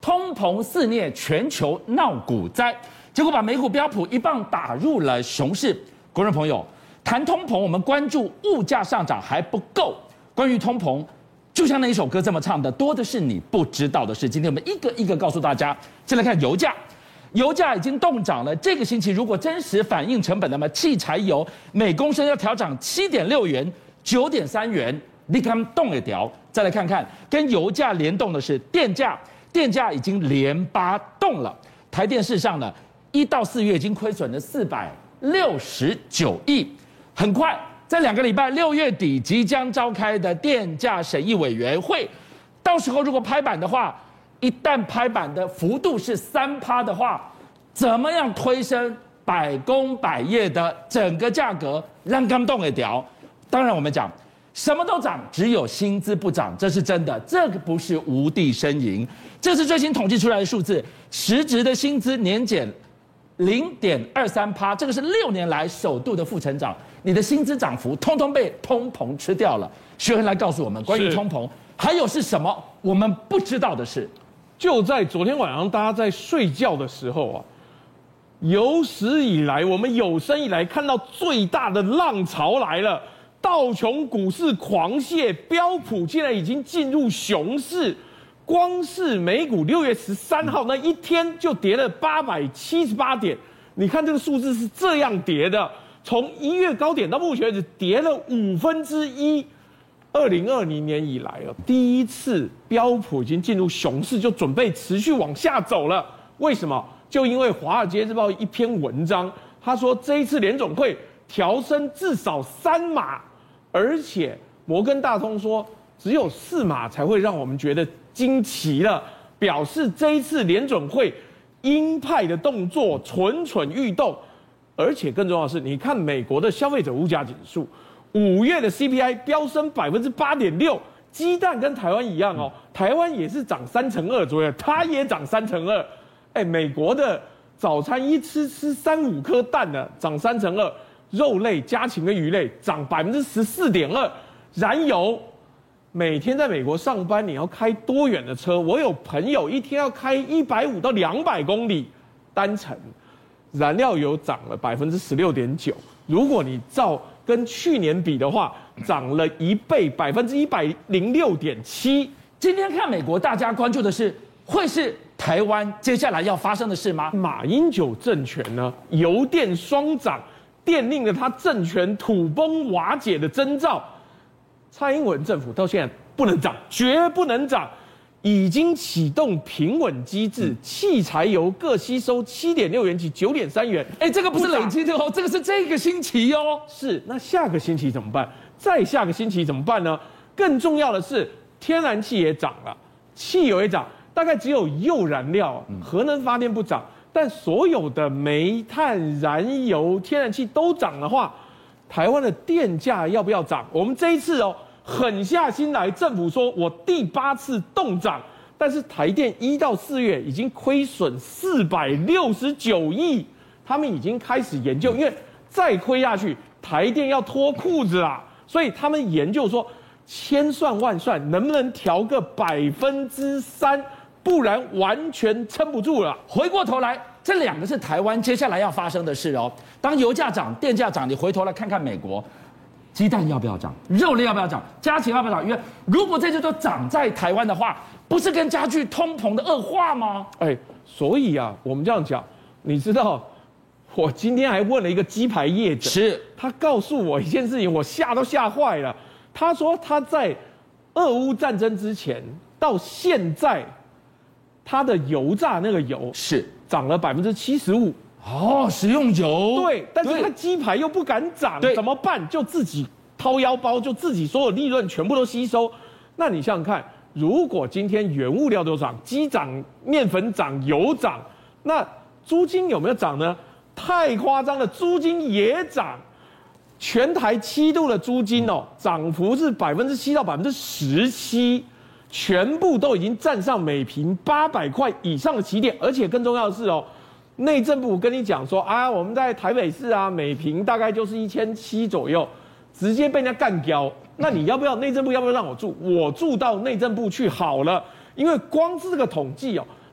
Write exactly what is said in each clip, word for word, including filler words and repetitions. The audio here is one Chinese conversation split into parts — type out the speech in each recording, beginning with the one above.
通膨肆虐，全球闹股灾，结果把美股标普一棒打入了熊市。观众朋友，谈通膨，我们关注物价上涨还不够，关于通膨，就像那一首歌这么唱的，多的是你不知道的事。今天我们一个一个告诉大家。先来看油价。油价已经动涨了，这个星期如果真实反映成本，那么汽柴油每公升要调涨七点六元、九点三元，你看动一条。再来看看跟油价联动的是电价，电价已经连八动了。台电事上呢，一到四月已经亏损了四百六十九亿，很快在两个礼拜，六月底即将召开的电价审议委员会，到时候如果拍板的话。一旦拍板的幅度是三趴的话，怎么样推升百工百业的整个价格，让他们动一条？当然，我们讲什么都涨，只有薪资不涨，这是真的，这个不是无地呻吟。这是最新统计出来的数字，实质的薪资年减零点二三趴，这个是六年来首度的负成长。你的薪资涨幅通通被通膨吃掉了。学恒来告诉我们，关于通膨还有是什么我们不知道的事。 就在昨天晚上，大家在睡觉的时候啊，有史以来我们有生以来看到最大的浪潮来了，道琼股市狂泻，标普竟然已经进入熊市。光是美股六月十三号那一天就跌了八百七十八点，你看这个数字是这样跌的，从一月高点到目前为止跌了五分之一。二零二零年以来哦，第一次标普已经进入熊市，就准备持续往下走了。为什么？就因为《华尔街日报》一篇文章，他说这一次联总会调升至少三码，而且摩根大通说只有四码才会让我们觉得惊奇了，表示这一次联总会鹰派的动作蠢蠢欲动。而且更重要的是，你看美国的消费者物价指数。五月的 C P I 飙升百分之八点六，鸡蛋跟台湾一样哦，台湾也是涨三成二左右，它也涨三成二。哎，美国的早餐一吃吃三五颗蛋的，涨三成二，肉类、家禽跟鱼类涨百分之十四点二。燃油，每天在美国上班，你要开多远的车？我有朋友一天要开一百五到两百公里单程，燃料油涨了百分之十六点九。如果你照跟去年比的话，涨了一倍，百分之一百零六点七。 今天看美国，大家关注的是，会是台湾接下来要发生的事吗？ 马英九政权呢，油电双涨，奠定了他政权土崩瓦解的征兆。蔡英文政府到现在不能涨，绝不能涨，已经启动平稳机制，汽柴油各吸收七点六元起九点三元。 哎，这个不是累积的哦，这个是这个星期哦。 是，那下个星期怎么办？再下个星期怎么办呢？更重要的是，天然气也涨了，汽油也涨，大概只有铀燃料、核能发电不涨，但所有的煤炭、燃油、天然气都涨的话，台湾的电价要不要涨？我们这一次哦。狠下心来，政府说我第八次动涨，但是台电一到四月已经亏损四百六十九亿，他们已经开始研究，因为再亏下去，台电要脱裤子啦，所以他们研究说，千算万算，能不能调个百分之三，不然完全撑不住了。 回过头来，这两个是台湾接下来要发生的事哦。当油价涨、电价涨，你回头来看看美国。鸡蛋要不要涨？肉类要不要涨？家禽要不要涨？因为如果这些都涨在台湾的话，不是更加剧通膨的恶化吗？ 哎，所以啊，我们这样讲，你知道，我今天还问了一个鸡排业者， 是他告诉我一件事情，我吓都吓坏了。他说他在俄乌战争之前到现在，他的油炸那个油是涨了百分之七十五。 哦，食用油对，但是他鸡排又不敢涨，怎么办？就自己掏腰包，就自己所有利润全部都吸收。那你想想看，如果今天原物料都涨，鸡涨、面粉涨、油涨，那租金有没有涨呢？太夸张了，租金也涨。全台七度的租金哦，涨幅是百分之七到百分之十七，全部都已经站上每平八百块以上的起点，而且更重要的是哦。内政部跟你讲说啊，我们在台北市啊，每坪大概就是一千七左右，直接被人家干掉。那你要不要内政部要不要让我住？我住到内政部去好了，因为光是这个统计哦，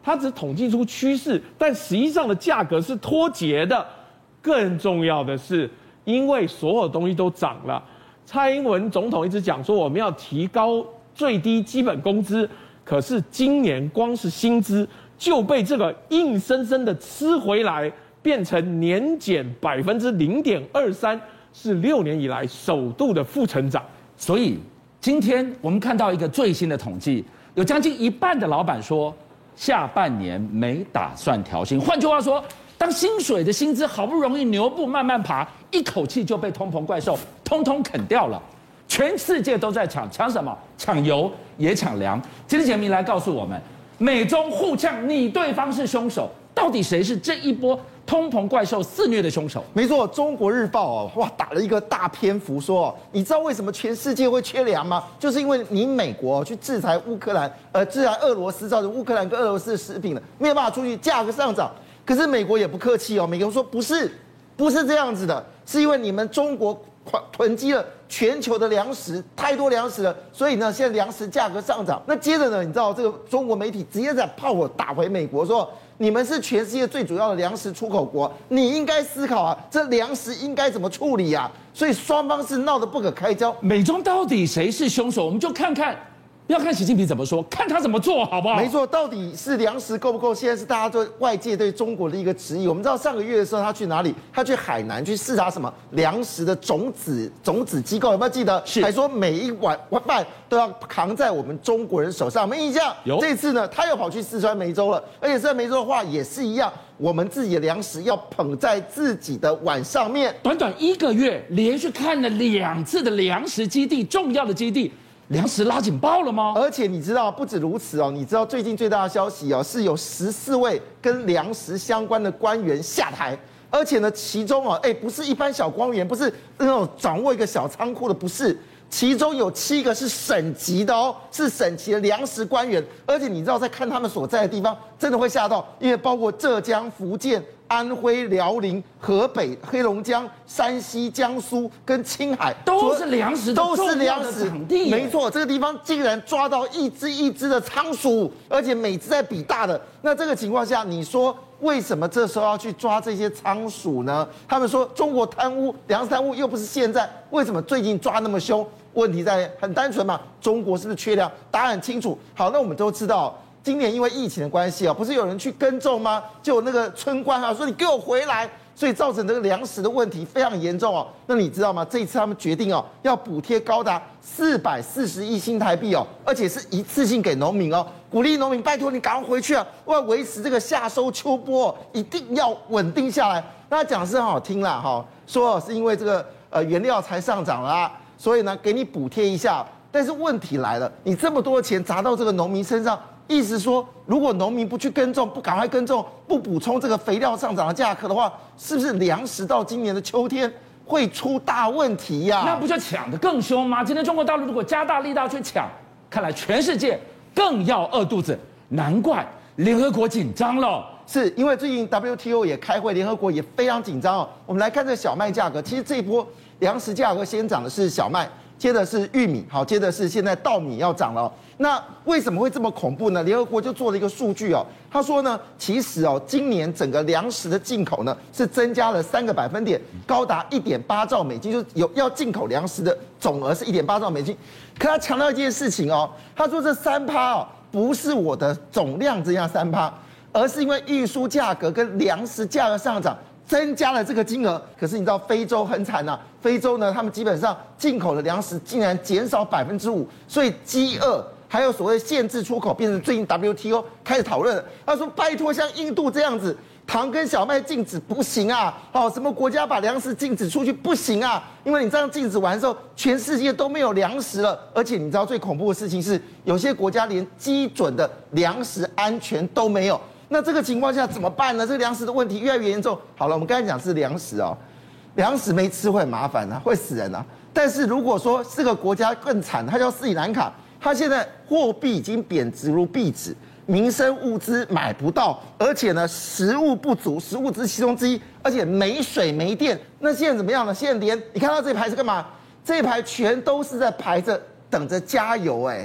它只统计出趋势，但实际上的价格是脱节的。更重要的是，因为所有东西都涨了，蔡英文总统一直讲说我们要提高最低基本工资，可是今年光是薪资就被这个硬生生的吃回来，变成年减百分之零点二三，是六年以来首度的负成长。 所以今天我们看到一个最新的统计，有将近一半的老板说下半年没打算调薪。换句话说，当薪水的薪资好不容易牛步慢慢爬，一口气就被通膨怪兽通通啃掉了。全世界都在抢，抢什么？抢油也抢粮。今天简明来告诉我们，美中互呛，你对方是凶手，到底谁是这一波通膨怪兽肆虐的凶手？ 没错，中国日报哦，哇，打了一个大篇幅说，哦，你知道为什么全世界会缺粮吗？就是因为你美国去制裁乌克兰，呃，制裁俄罗斯，造成乌克兰跟俄罗斯的食品呢没有办法出去，价格上涨。可是美国也不客气哦，美国说不是，不是这样子的，是因为你们中国囤积了全球的粮食，太多粮食了，所以呢，现在粮食价格上涨。那接着呢，你知道这个中国媒体直接在炮火打回美国说，你们是全世界最主要的粮食出口国，你应该思考啊，这粮食应该怎么处理啊？所以双方是闹得不可开交。 美中到底谁是凶手？我们就看看。不要看习近平怎么说，看他怎么做，好不好？ 没错，到底是粮食够不够？现在是大家对外界对中国的一个质疑。我们知道上个月的时候，他去哪里？他去海南去视察什么粮食的种子种子机构，有没有记得？ 是， 还说每一碗饭都要扛在我们中国人手上，有没有印象？ 有。 这次呢，他又跑去四川梅州了，而且四川梅州的话也是一样，我们自己的粮食要捧在自己的碗上面。 短短一个月，连续看了两次的粮食基地，重要的基地。粮食拉警报了吗？ 而且你知道，不止如此哦，你知道最近最大的消息哦，是有十四位跟粮食相关的官员下台，而且呢，其中哦，哎，不是一般小官员，不是那种掌握一个小仓库的，不是，其中有七个是省级的哦，是省级的粮食官员，而且你知道，在看他们所在的地方，真的会吓到，因为包括浙江、福建、安徽、辽宁、河北、黑龙江、山西、江苏跟青海， 都是粮食的都是粮食场地。 没错，这个地方竟然抓到一只一只的仓鼠，而且每只在比大的。那这个情况下，你说为什么这时候要去抓这些仓鼠呢？他们说中国贪污，粮食贪污又不是现在，为什么最近抓那么凶？问题在很单纯嘛，中国是不是缺粮？答案很清楚。好，那我们都知道。今年因为疫情的关系啊，不是有人去耕种吗？就有那个村官啊说你给我回来，所以造成这个粮食的问题非常严重哦。那你知道吗？这一次他们决定哦，要补贴高达四百四十亿新台币哦，而且是一次性给农民哦，鼓励农民拜托你赶快回去啊，为了维持这个夏收秋播，哦，一定要稳定下来。那讲的是很好听啦哈，说是因为这个呃原料才上涨了啊，所以呢给你补贴一下。但是问题来了，你这么多钱砸到这个农民身上。意思说，如果农民不去耕种，不赶快耕种，不补充这个肥料上涨的价格的话，是不是粮食到今年的秋天会出大问题呀，啊？ 那不就抢得更凶吗？今天中国大陆如果加大力道去抢，看来全世界更要饿肚子，难怪联合国紧张了。 是因为最近 W T O 也开会，联合国也非常紧张哦。我们来看这个小麦价格，其实这一波粮食价格先涨的是小麦。接着是玉米，好，接着是现在稻米要涨了。那为什么会这么恐怖呢？联合国就做了一个数据哦，他说呢，其实哦，今年整个粮食的进口呢是增加了三个百分点，高达一点八兆美金，就是有要进口粮食的总额是一点八兆美金。可他强调一件事情哦，他说这三趴哦，不是我的总量增加三趴，而是因为运输价格跟粮食价格上涨。增加了这个金额，可是你知道非洲很惨呐、啊，非洲呢，他们基本上进口的粮食竟然减少百分之五，所以饥饿还有所谓限制出口，变成最近 W T O 开始讨论了。他说拜托，像印度这样子，糖跟小麦禁止不行啊，哦，什么国家把粮食禁止出去不行啊，因为你这样禁止完之后，全世界都没有粮食了，而且你知道最恐怖的事情是，有些国家连基准的粮食安全都没有。那这个情况下怎么办呢？这个粮食的问题越来越严重。好了，我们刚才讲是粮食哦，粮食没吃会很麻烦啊，会死人啊。但是如果说这个国家更惨，它叫斯里兰卡，它现在货币已经贬值如币纸，民生物资买不到，而且呢食物不足，食物只是其中之一，而且没水没电。那现在怎么样呢？现在连你看到这一排是干嘛？这一排全都是在排着等着加油哎、欸。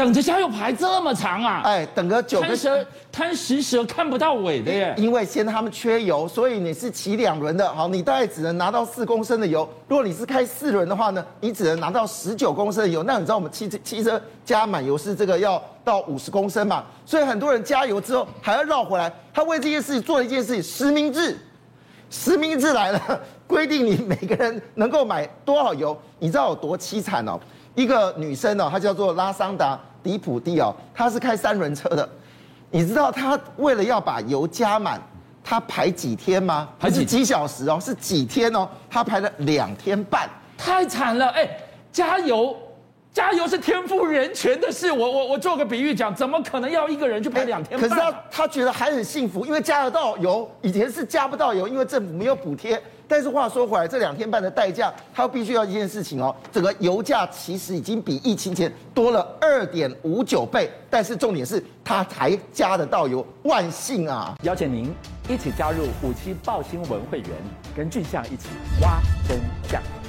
等着加油排这么长啊！ 哎，等个九个贪蛇贪食蛇看不到尾的耶。 因为现在他们缺油，所以你是骑两轮的，好，你大概只能拿到四公升的油。如果你是开四轮的话呢，你只能拿到十九公升的油。那你知道我们汽汽车加满油是这个要到五十公升嘛？所以很多人加油之后还要绕回来。他为这件事情做了一件事情，实名制，实名制来了，规定你每个人能够买多少油。你知道有多凄惨哦？一个女生哦，她叫做拉桑达·迪普蒂哦，她是开三轮车的。你知道她为了要把油加满，她排几天吗？ 排几几小时哦？是几天哦？她排了两天半， 太惨了！哎，加油，加油是天赋人权的事。我我我做个比喻讲，怎么可能要一个人去排两天半、啊？ 可是她她觉得还很幸福，因为加得到油，以前是加不到油，因为政府没有补贴。但是话说回来，这两天半的代价，他必须要一件事情哦，整个油价其实已经比疫情前多了二点五九倍，但是重点是它还加得到油，万幸啊！ 邀请您一起加入五七报新闻会员，跟俊相一起挖真相。